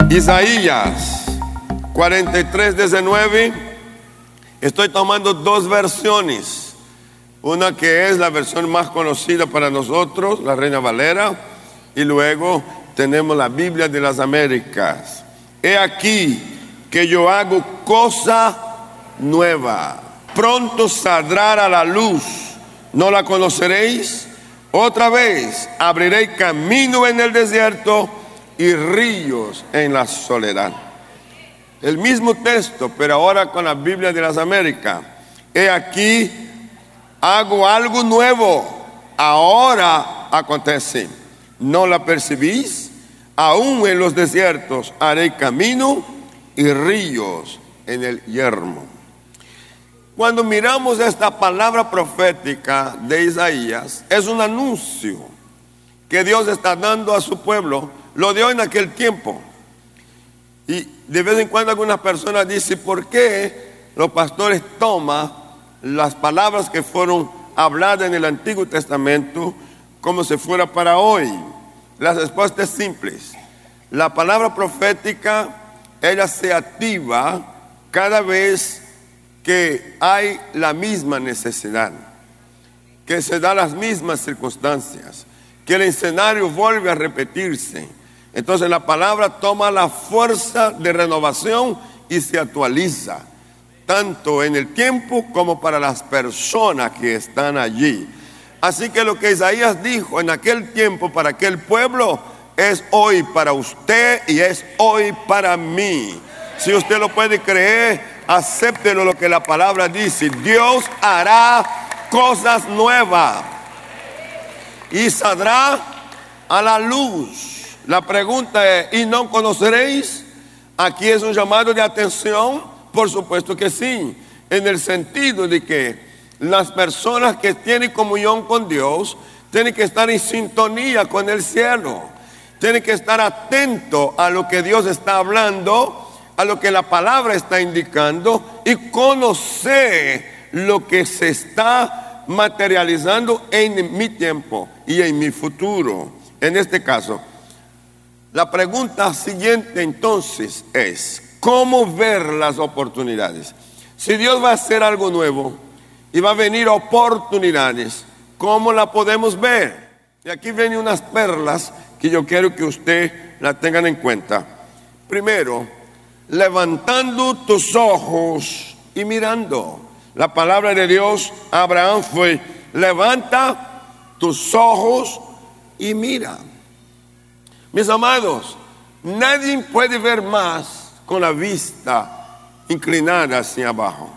Isaías 43:19. Estoy tomando dos versiones. Una que es la versión más conocida para nosotros, la Reina Valera, y luego tenemos la Biblia de las Américas. He aquí que yo hago cosa nueva. Pronto saldrá a la luz. ¿No la conoceréis? Otra vez abriré camino en el desierto y ríos en la soledad. El mismo texto, pero ahora con la Biblia de las Américas. He aquí, hago algo nuevo. Ahora acontece. ¿No la percibís? Aún en los desiertos haré camino y ríos en el yermo. Cuando miramos esta palabra profética de Isaías, es un anuncio que Dios está dando a su pueblo. Lo dio en aquel tiempo. Y de vez en cuando algunas personas dicen, ¿por qué los pastores toman las palabras que fueron habladas en el Antiguo Testamento como si fuera para hoy? La respuesta es simple. La palabra profética, ella se activa cada vez que hay la misma necesidad, que se dan las mismas circunstancias, que el escenario vuelve a repetirse. Entonces la palabra toma la fuerza de renovación y se actualiza, tanto en el tiempo como para las personas que están allí. Así que lo que Isaías dijo en aquel tiempo para aquel pueblo es hoy para usted y es hoy para mí. Si usted lo puede creer, acéptelo lo que la palabra dice. Dios hará cosas nuevas y saldrá a la luz. La pregunta es, ¿y no conoceréis? Aquí es un llamado de atención. Por supuesto que sí, en el sentido de que las personas que tienen comunión con Dios tienen que estar en sintonía con el cielo, tienen que estar atentos a lo que Dios está hablando, a lo que la palabra está indicando, y conocer lo que se está materializando en mi tiempo y en mi futuro. En este caso, la pregunta siguiente entonces es, ¿cómo ver las oportunidades? Si Dios va a hacer algo nuevo y va a venir oportunidades, ¿cómo la podemos ver? Y aquí vienen unas perlas que yo quiero que usted las tengan en cuenta. Primero, levantando tus ojos y mirando. La palabra de Dios a Abraham fue, levanta tus ojos y mira. Mis amados, nadie puede ver más con la vista inclinada hacia abajo.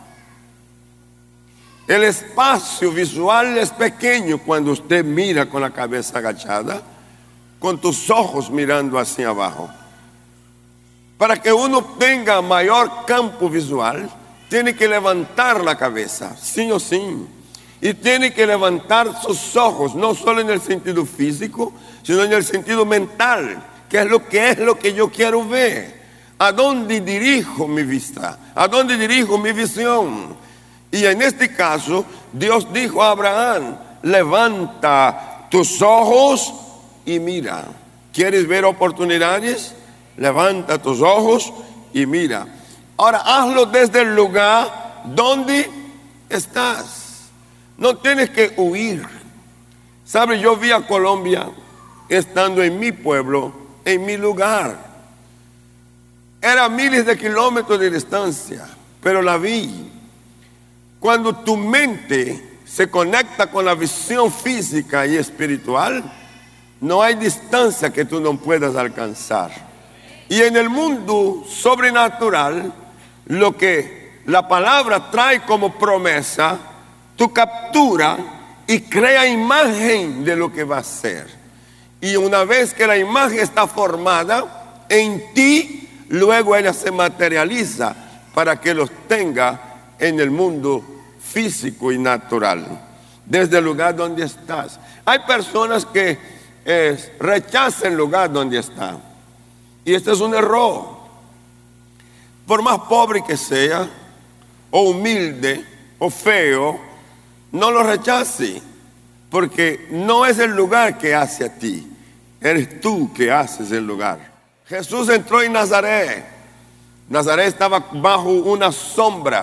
El espacio visual es pequeño cuando usted mira con la cabeza agachada, con tus ojos mirando hacia abajo. Para que uno tenga mayor campo visual, tiene que levantar la cabeza, sí o sí. Y tiene que levantar sus ojos, no solo en el sentido físico, sino en el sentido mental, que es lo que yo quiero ver. ¿A dónde dirijo mi vista? ¿A dónde dirijo mi visión? Y en este caso, Dios dijo a Abraham, levanta tus ojos y mira. ¿Quieres ver oportunidades? Levanta tus ojos y mira. Ahora, hazlo desde el lugar donde estás. No tienes que huir. ¿Sabe? Yo vi a Colombia estando en mi pueblo, en mi lugar. Era miles de kilómetros de distancia, pero la vi. Cuando tu mente se conecta con la visión física y espiritual, no hay distancia que tú no puedas alcanzar. Y en el mundo sobrenatural, lo que la palabra trae como promesa, tú captura y crea imagen de lo que va a ser. Y una vez que la imagen está formada en ti, luego ella se materializa para que los tenga en el mundo físico y natural, desde el lugar donde estás. Hay personas que rechazan el lugar donde están, y este es un error. Por más pobre que sea, o humilde, o feo, no lo rechace, porque no es el lugar que hace a ti, eres tú que haces el lugar. Jesús entró en Nazaret. Nazaret estaba bajo una sombra,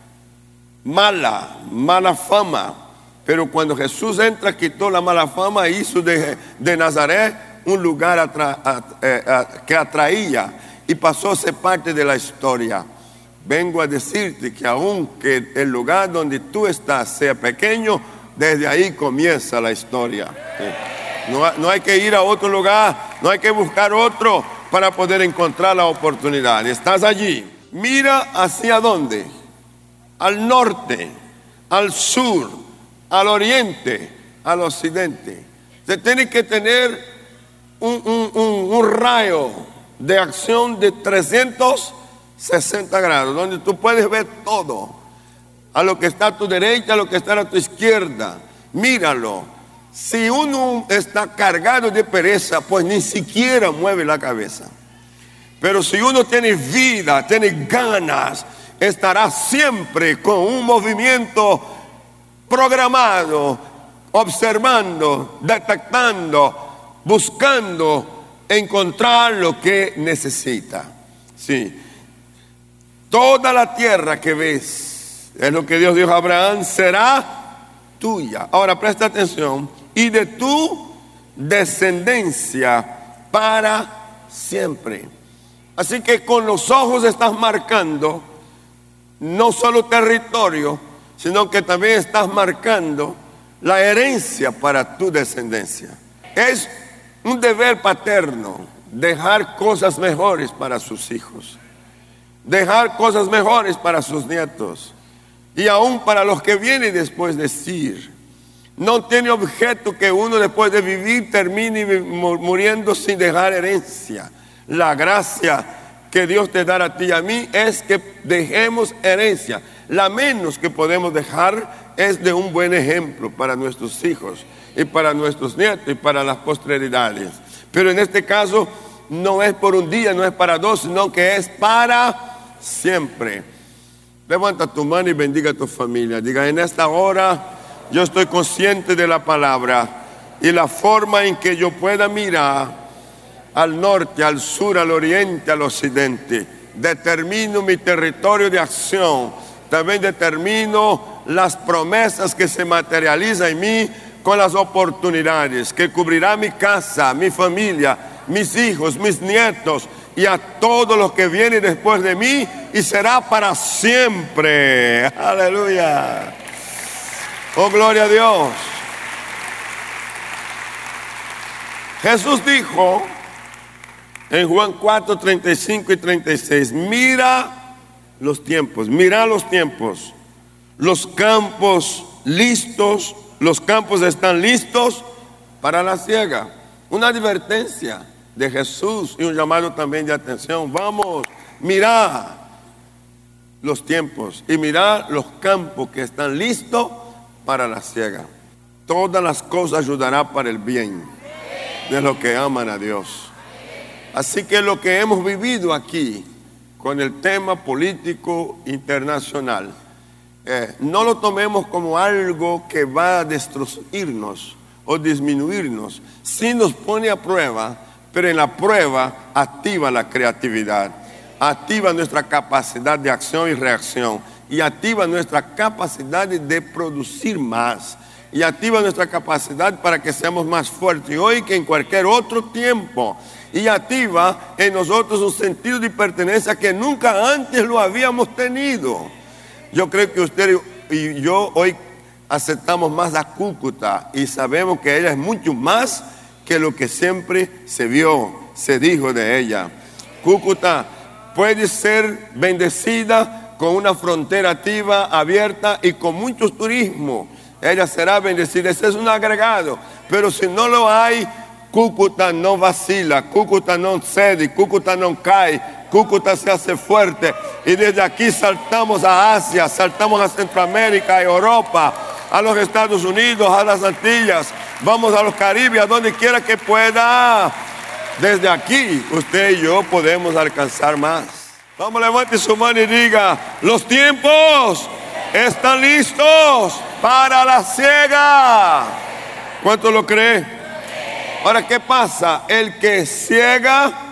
mala fama. Pero cuando Jesús entra, quitó la mala fama e hizo de Nazaret un lugar que atraía y pasó a ser parte de la historia. Vengo a decirte que aunque el lugar donde tú estás sea pequeño, desde ahí comienza la historia. No hay que ir a otro lugar, no hay que buscar otro para poder encontrar la oportunidad. Estás allí. Mira hacia dónde. Al norte, al sur, al oriente, al occidente. Se tiene que tener un rayo de acción de 360 grados, donde tú puedes ver todo, a lo que está a tu derecha, a lo que está a tu izquierda. Míralo. Si uno está cargado de pereza, pues ni siquiera mueve la cabeza. Pero si uno tiene vida, tiene ganas, estará siempre con un movimiento programado, observando, detectando, buscando encontrar lo que necesita. Sí. Toda la tierra que ves, es lo que Dios dijo a Abraham, será tuya. Ahora presta atención. Y de tu descendencia para siempre. Así que con los ojos estás marcando no solo territorio, sino que también estás marcando la herencia para tu descendencia. Es un deber paterno dejar cosas mejores para sus hijos, dejar cosas mejores para sus nietos y aún para los que vienen después, decir. No tiene objeto que uno después de vivir termine muriendo sin dejar herencia. La gracia que Dios te dará a ti y a mí es que dejemos herencia. La menos que podemos dejar es de un buen ejemplo para nuestros hijos y para nuestros nietos y para las posteridades. Pero en este caso no es por un día, no es para dos, sino que es para siempre. Levanta tu mano y bendiga a tu familia. Diga: en esta hora yo estoy consciente de la palabra y la forma en que yo pueda mirar al norte, al sur, al oriente, al occidente. Determino mi territorio de acción. También determino las promesas que se materializan en mí con las oportunidades que cubrirá mi casa, mi familia, mis hijos, mis nietos y a todos los que vienen después de mí, y será para siempre. Aleluya. Oh, gloria a Dios. Jesús dijo en Juan 4, 35 y 36, mira los tiempos, los campos listos, los campos están listos para la siega. Una advertencia de Jesús y un llamado también de atención. Vamos, mirá los tiempos y mirá los campos que están listos para la siega. Todas las cosas ayudarán para el bien de los que aman a Dios. Así que lo que hemos vivido aquí con el tema político internacional, no lo tomemos como algo que va a destruirnos o disminuirnos. Sí nos pone a prueba, pero en la prueba activa la creatividad, activa nuestra capacidad de acción y reacción, y activa nuestra capacidad de producir más, y activa nuestra capacidad para que seamos más fuertes hoy que en cualquier otro tiempo, y activa en nosotros un sentido de pertenencia que nunca antes lo habíamos tenido. Yo creo que usted y yo hoy aceptamos más a Cúcuta y sabemos que ella es mucho más que lo que siempre se vio, se dijo de ella. Cúcuta puede ser bendecida con una frontera activa, abierta y con mucho turismo. Ella será bendecida. Ese es un agregado. Pero si no lo hay, Cúcuta no vacila, Cúcuta no cede, Cúcuta no cae, Cúcuta se hace fuerte. Y desde aquí saltamos a Asia, saltamos a Centroamérica, a Europa, a los Estados Unidos, a las Antillas. Vamos a los Caribes, a donde quiera que pueda. Desde aquí, usted y yo podemos alcanzar más. Vamos, levante su mano y diga: los tiempos están listos para la siega. ¿Cuánto lo cree? Ahora, ¿qué pasa? El que ciega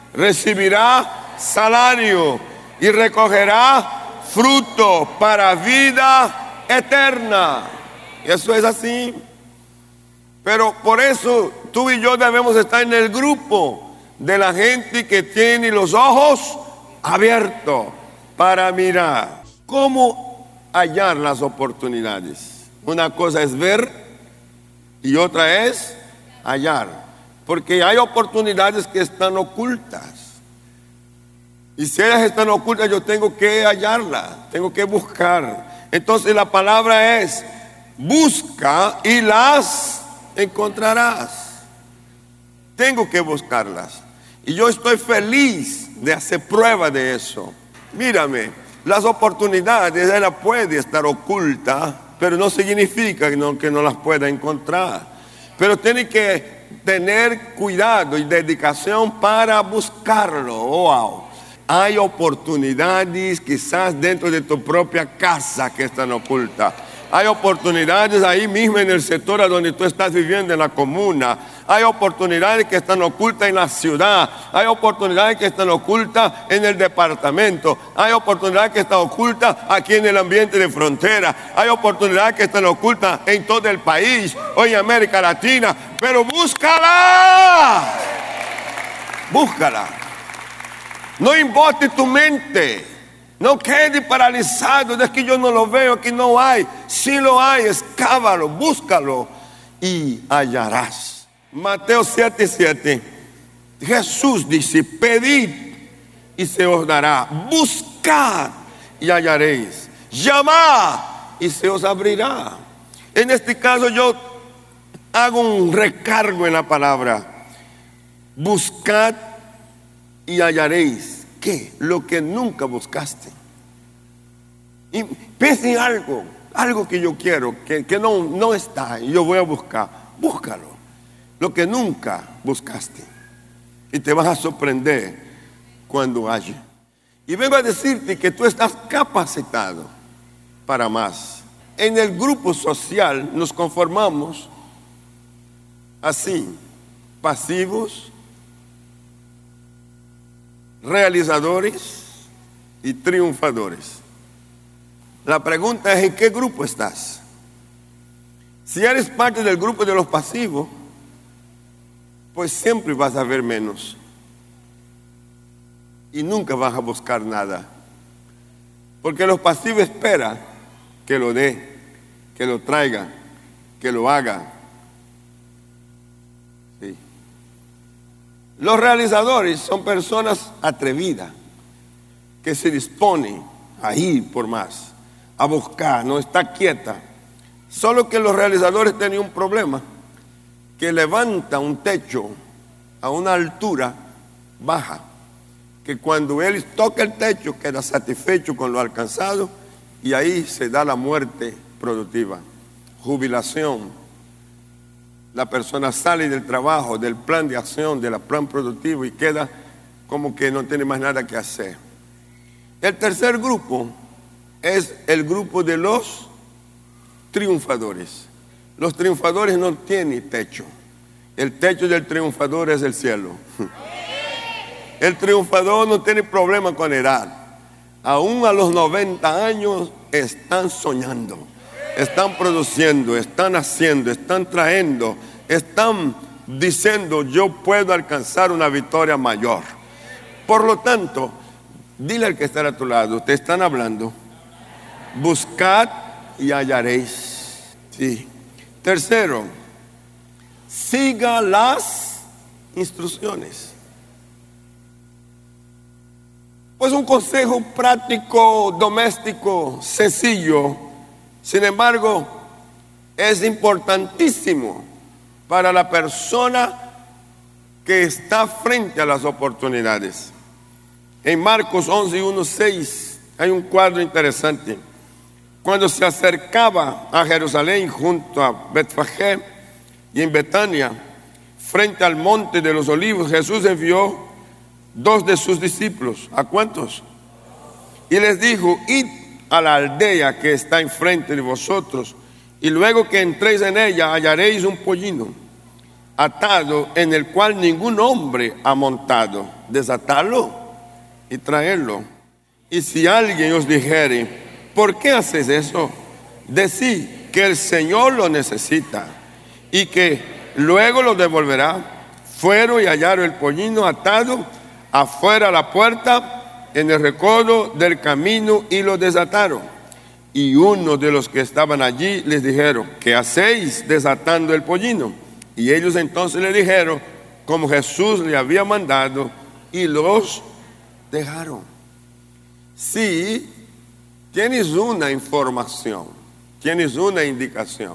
recibirá salario y recogerá fruto para vida eterna. Eso es así. Pero por eso tú y yo debemos estar en el grupo de la gente que tiene los ojos abiertos para mirar. ¿Cómo hallar las oportunidades? Una cosa es ver y otra es hallar. Porque hay oportunidades que están ocultas. Y si ellas están ocultas, yo tengo que hallarlas, tengo que buscar. Entonces la palabra es: busca y las encontrarás. Tengo que buscarlas. Y yo estoy feliz de hacer prueba de eso. Mírame, las oportunidades, ella puede estar oculta, pero no significa que no las pueda encontrar. Pero tiene que tener cuidado y dedicación para buscarlo. Wow. Hay oportunidades quizás dentro de tu propia casa que están ocultas. Hay oportunidades ahí mismo en el sector a donde tú estás viviendo, en la comuna. Hay oportunidades que están ocultas en la ciudad. Hay oportunidades que están ocultas en el departamento. Hay oportunidades que están ocultas aquí en el ambiente de frontera. Hay oportunidades que están ocultas en todo el país o en América Latina. Pero búscala. Búscala. No embote tu mente. No quede paralizado, es que yo no lo veo, aquí no hay. Si lo hay, excávalo, búscalo y hallarás. Mateo 7:7. Jesús dice: pedid y se os dará, buscad y hallaréis, llamad y se os abrirá. En este caso yo hago un recargo en la palabra: buscad y hallaréis. ¿Qué? Lo que nunca buscaste. Y piensa en algo que yo quiero, que no está, y yo voy a buscar. Búscalo. Lo que nunca buscaste. Y te vas a sorprender cuando haya. Y vengo a decirte que tú estás capacitado para más. En el grupo social nos conformamos así: pasivos, realizadores y triunfadores. La pregunta es: ¿en qué grupo estás? Si eres parte del grupo de los pasivos, pues siempre vas a ver menos y nunca vas a buscar nada, porque los pasivos esperan que lo dé, que lo traiga, que lo haga. Sí. Los realizadores son personas atrevidas que se disponen a ir por más, a buscar, no está quieta. Solo que los realizadores tienen un problema, que levanta un techo a una altura baja, que cuando él toca el techo queda satisfecho con lo alcanzado y ahí se da la muerte productiva, jubilación. La persona sale del trabajo, del plan de acción, del plan productivo y queda como que no tiene más nada que hacer. El tercer grupo es el grupo de los triunfadores. Los triunfadores no tienen techo. El techo del triunfador es el cielo. El triunfador no tiene problema con edad. Aún a los 90 años están soñando, están produciendo, están haciendo, están trayendo, están diciendo: yo puedo alcanzar una victoria mayor. Por lo tanto, dile al que está a tu lado, te están hablando: buscad y hallaréis. Sí. Tercero, siga las instrucciones. Pues un consejo práctico, doméstico, sencillo, sin embargo, es importantísimo para la persona que está frente a las oportunidades. En Marcos 11:1-6 hay un cuadro interesante. Cuando se acercaba a Jerusalén junto a Betfagé y en Betania, frente al monte de los olivos, Jesús envió 2 de sus discípulos. ¿A cuántos? Y les dijo: id a la aldea que está enfrente de vosotros, y luego que entréis en ella hallaréis un pollino atado, en el cual ningún hombre ha montado. Desatarlo y traerlo. Y si alguien os dijere, ¿por qué haces eso? Decid que el Señor lo necesita y que luego lo devolverá. Fueron y hallaron el pollino atado afuera a la puerta en el recodo del camino y lo desataron. Y uno de los que estaban allí les dijeron, ¿qué hacéis desatando el pollino? Y ellos entonces le dijeron, como Jesús le había mandado, y los dejaron. Si tienes una información, tienes una indicación,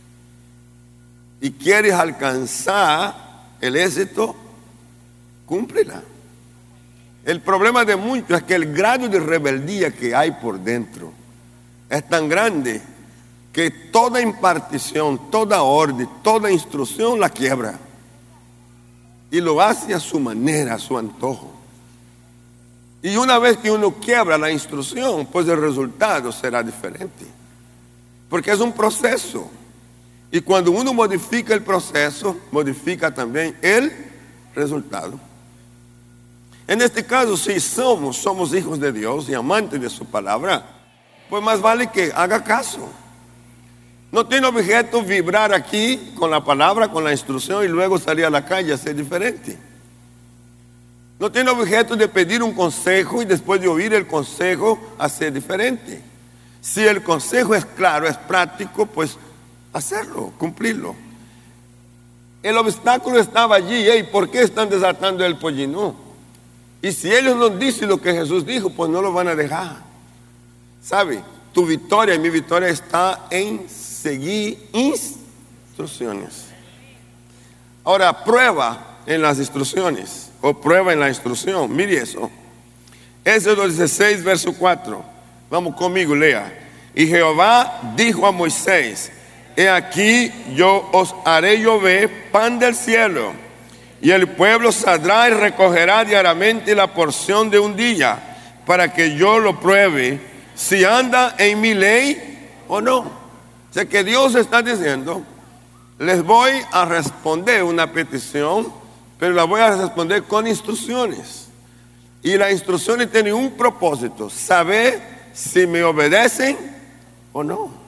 y quieres alcanzar el éxito, cúmplela. El problema de muchos es que el grado de rebeldía que hay por dentro es tan grande que toda impartición, toda orden, toda instrucción la quiebra. Y lo hace a su manera, a su antojo. Y una vez que uno quiebra la instrucción, pues el resultado será diferente. Porque es un proceso. Y cuando uno modifica el proceso, modifica también el resultado. En este caso, si somos hijos de Dios y amantes de su palabra, pues más vale que haga caso. No tiene objeto vibrar aquí con la palabra, con la instrucción y luego salir a la calle a ser diferente. No tiene objeto de pedir un consejo y después de oír el consejo a ser diferente. Si el consejo es claro, es práctico, pues hacerlo, cumplirlo. El obstáculo estaba allí. ¿Y por qué están desatando el pollino? Y si ellos no dicen lo que Jesús dijo, pues no lo van a dejar. ¿Sabe? Tu victoria y mi victoria está en seguir instrucciones. Ahora, prueba en las instrucciones, o prueba en la instrucción. Mire eso. Éxodo 16, verso 4. Vamos conmigo, lea. Y Jehová dijo a Moisés, he aquí yo os haré llover pan del cielo, y el pueblo saldrá y recogerá diariamente la porción de un día, para que yo lo pruebe, si anda en mi ley o no. O sea que Dios está diciendo, les voy a responder una petición, pero la voy a responder con instrucciones. Y las instrucciones tienen un propósito, saber si me obedecen o no.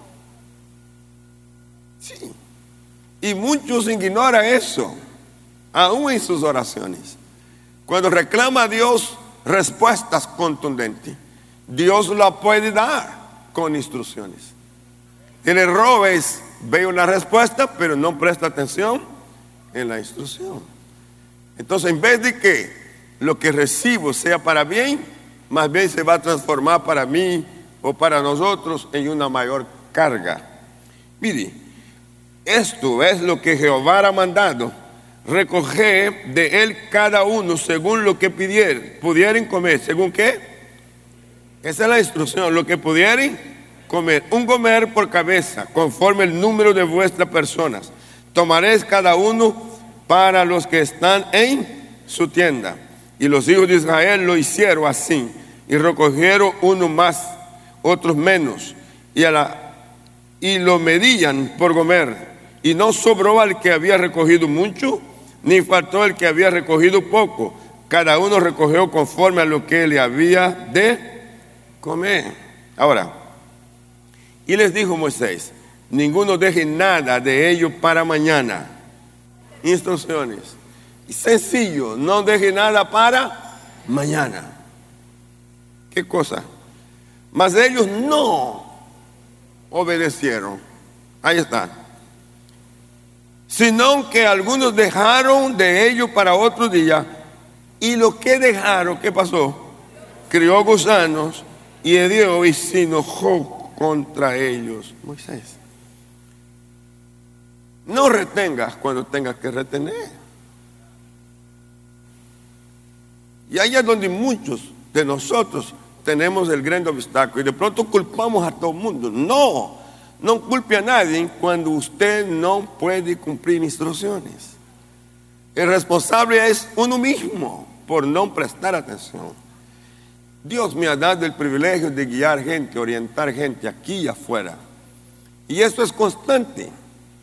Sí. Y muchos ignoran eso, aún en sus oraciones. Cuando reclama a Dios respuestas contundentes, Dios la puede dar con instrucciones. El error es, ve una respuesta, pero no presta atención en la instrucción. Entonces, en vez de que lo que recibo sea para bien, más bien se va a transformar para mí o para nosotros en una mayor carga. Mire, esto es lo que Jehová ha mandado, recoger de él cada uno según lo que pudieren comer. ¿Según qué? Esa es la instrucción, lo que pudieren comer. Un comer por cabeza, conforme el número de vuestras personas. Tomaréis cada uno para los que están en su tienda. Y los hijos de Israel lo hicieron así, y recogieron unos más, otros menos, y lo medían por comer. Y no sobró al que había recogido mucho, ni faltó el que había recogido poco. Cada uno recogió conforme a lo que le había de comer. Ahora, y les dijo Moisés, ninguno deje nada de ello para mañana. Instrucciones. Y sencillo, no deje nada para mañana. ¿Qué cosa? Mas ellos no obedecieron. Ahí está. Sino que algunos dejaron de ello para otro día, y lo que dejaron, ¿qué pasó? Crió gusanos y hedió y se enojó contra ellos. Moisés, no retengas cuando tengas que retener. Y ahí es donde muchos de nosotros tenemos el gran obstáculo y de pronto culpamos a todo el mundo. No culpe a nadie cuando usted no puede cumplir instrucciones. El responsable es uno mismo por no prestar atención. Dios me ha dado el privilegio de guiar gente, orientar gente aquí y afuera. Y esto es constante.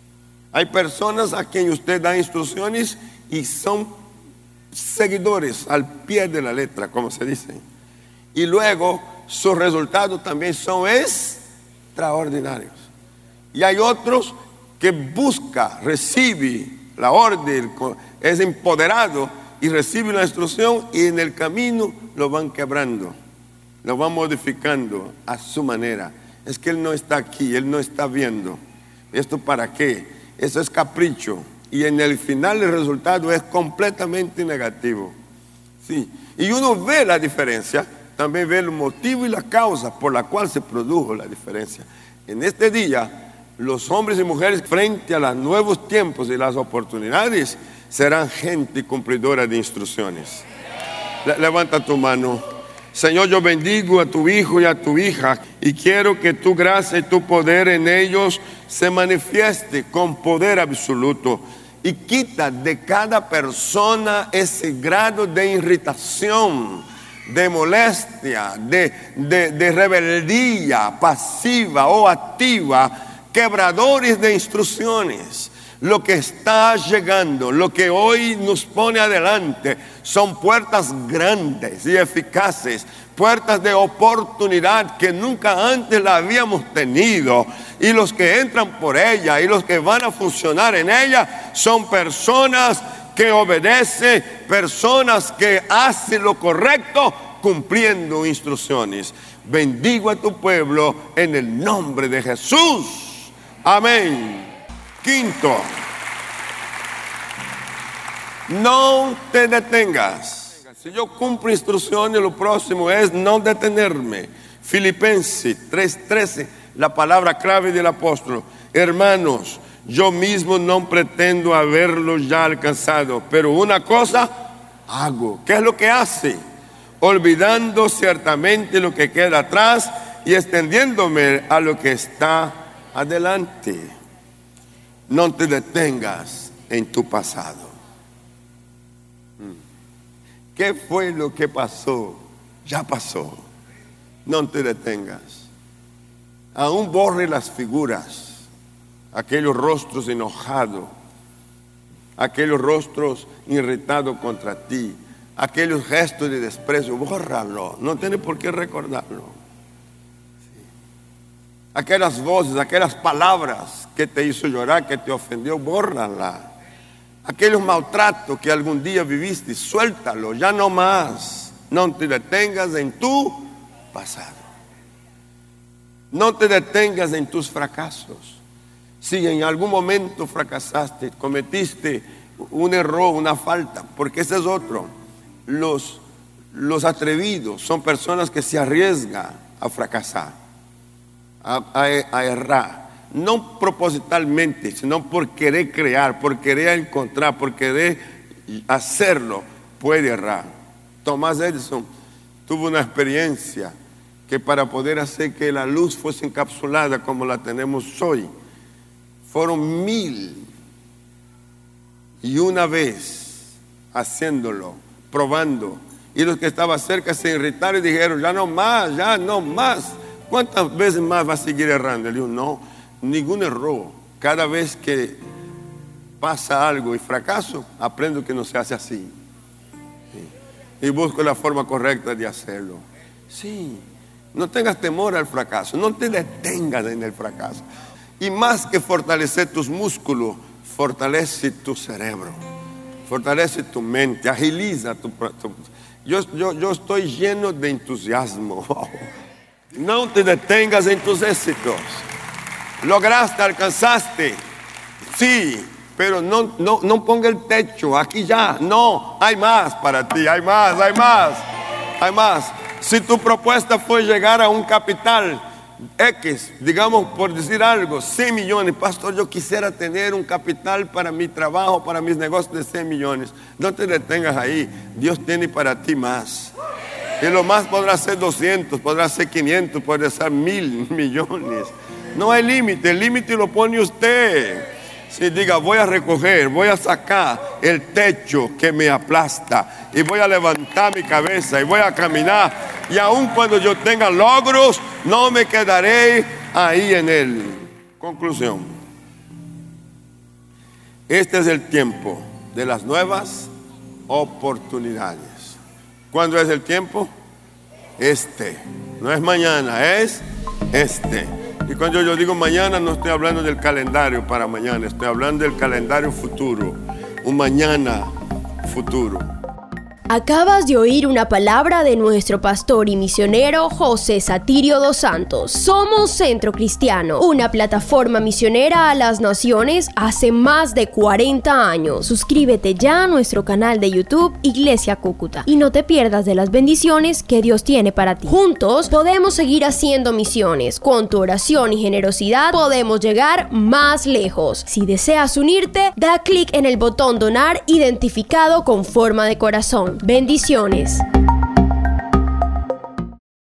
Hay personas a quien usted da instrucciones y son seguidores al pie de la letra, como se dice. Y luego sus resultados también son extraordinarios. Y hay otros que busca, recibe la orden, es empoderado y recibe la instrucción, y en el camino lo van quebrando, lo van modificando a su manera. Es que él no está aquí, él no está viendo. ¿Esto para qué? Eso es capricho. Y en el final el resultado es completamente negativo. Sí. Y uno ve la diferencia, también ve el motivo y la causa por la cual se produjo la diferencia. En este día, los hombres y mujeres frente a los nuevos tiempos y las oportunidades serán gente cumplidora de instrucciones. Levanta tu mano. Señor, yo bendigo a tu hijo y a tu hija y quiero que tu gracia y tu poder en ellos se manifieste con poder absoluto, y quita de cada persona ese grado de irritación, de molestia, de rebeldía pasiva o activa, quebradores de instrucciones. Lo que está llegando, lo que hoy nos pone adelante, son puertas grandes y eficaces, puertas de oportunidad que nunca antes la habíamos tenido. Y los que entran por ella y los que van a funcionar en ella son personas que obedecen, personas que hacen lo correcto cumpliendo instrucciones. Bendigo a tu pueblo en el nombre de Jesús. Amén. Quinto, no te detengas. Si yo cumplo instrucciones, lo próximo es no detenerme. Filipenses 3:13, la palabra clave del apóstol. Hermanos, yo mismo no pretendo haberlo ya alcanzado, pero una cosa hago. ¿Qué es lo que hace? Olvidando ciertamente lo que queda atrás y extendiéndome a lo que está adelante. No te detengas en tu pasado. ¿Qué fue lo que pasó? Ya pasó. No te detengas. Aún borre las figuras, aquellos rostros enojados, aquellos rostros irritados contra ti, aquellos gestos de desprecio, bórralo. No tiene por qué recordarlo. Aquellas voces, aquellas palabras que te hizo llorar, que te ofendió, bórrala. Aquellos maltratos que algún día viviste, suéltalo, ya no más. No te detengas en tu pasado. No te detengas en tus fracasos. Si en algún momento fracasaste, cometiste un error, una falta, porque ese es otro. Los atrevidos son personas que se arriesgan a fracasar. A errar, no propositalmente, sino por querer crear, por querer encontrar, por querer hacerlo, puede errar. Thomas Edison tuvo una experiencia que para poder hacer que la luz fuese encapsulada como la tenemos hoy, fueron 1001 vez haciéndolo, probando, y los que estaban cerca se irritaron y dijeron, ya no más, ya no más. ¿Cuántas veces más va a seguir errando? Él dijo, no, ningún error. Cada vez que pasa algo y fracaso, aprendo que no se hace así. Sí. Y busco la forma correcta de hacerlo. Sí, no tengas temor al fracaso, no te detengas en el fracaso. Y más que fortalecer tus músculos, fortalece tu cerebro, fortalece tu mente, agiliza yo estoy lleno de entusiasmo. No te detengas en tus éxitos. Lograste, alcanzaste. Sí, pero no ponga el techo. Aquí ya, no. Hay más para ti, hay más, hay más. Hay más. Si tu propuesta fue llegar a un capital X, digamos por decir algo, 100 millones. Pastor, yo quisiera tener un capital para mi trabajo, para mis negocios de 100 millones. No te detengas ahí. Dios tiene para ti más. Y lo más podrá ser 200, podrá ser 500, podrá ser 1000 millones. No hay límite, el límite lo pone usted. Si diga, voy a recoger, voy a sacar el techo que me aplasta y voy a levantar mi cabeza y voy a caminar. Y aun cuando yo tenga logros, no me quedaré ahí en él. Conclusión. Este es el tiempo de las nuevas oportunidades. ¿Cuándo es el tiempo? No es mañana, es este. Y cuando yo digo mañana, no estoy hablando del calendario para mañana, estoy hablando del calendario futuro, un mañana futuro. Acabas de oír una palabra de nuestro pastor y misionero José Satirio dos Santos. Somos Centro Cristiano, una plataforma misionera a las naciones hace más de 40 años. Suscríbete ya a nuestro canal de YouTube Iglesia Cúcuta y no te pierdas de las bendiciones que Dios tiene para ti. Juntos podemos seguir haciendo misiones. Con tu oración y generosidad podemos llegar más lejos. Si deseas unirte, da clic en el botón donar identificado con forma de corazón. Bendiciones.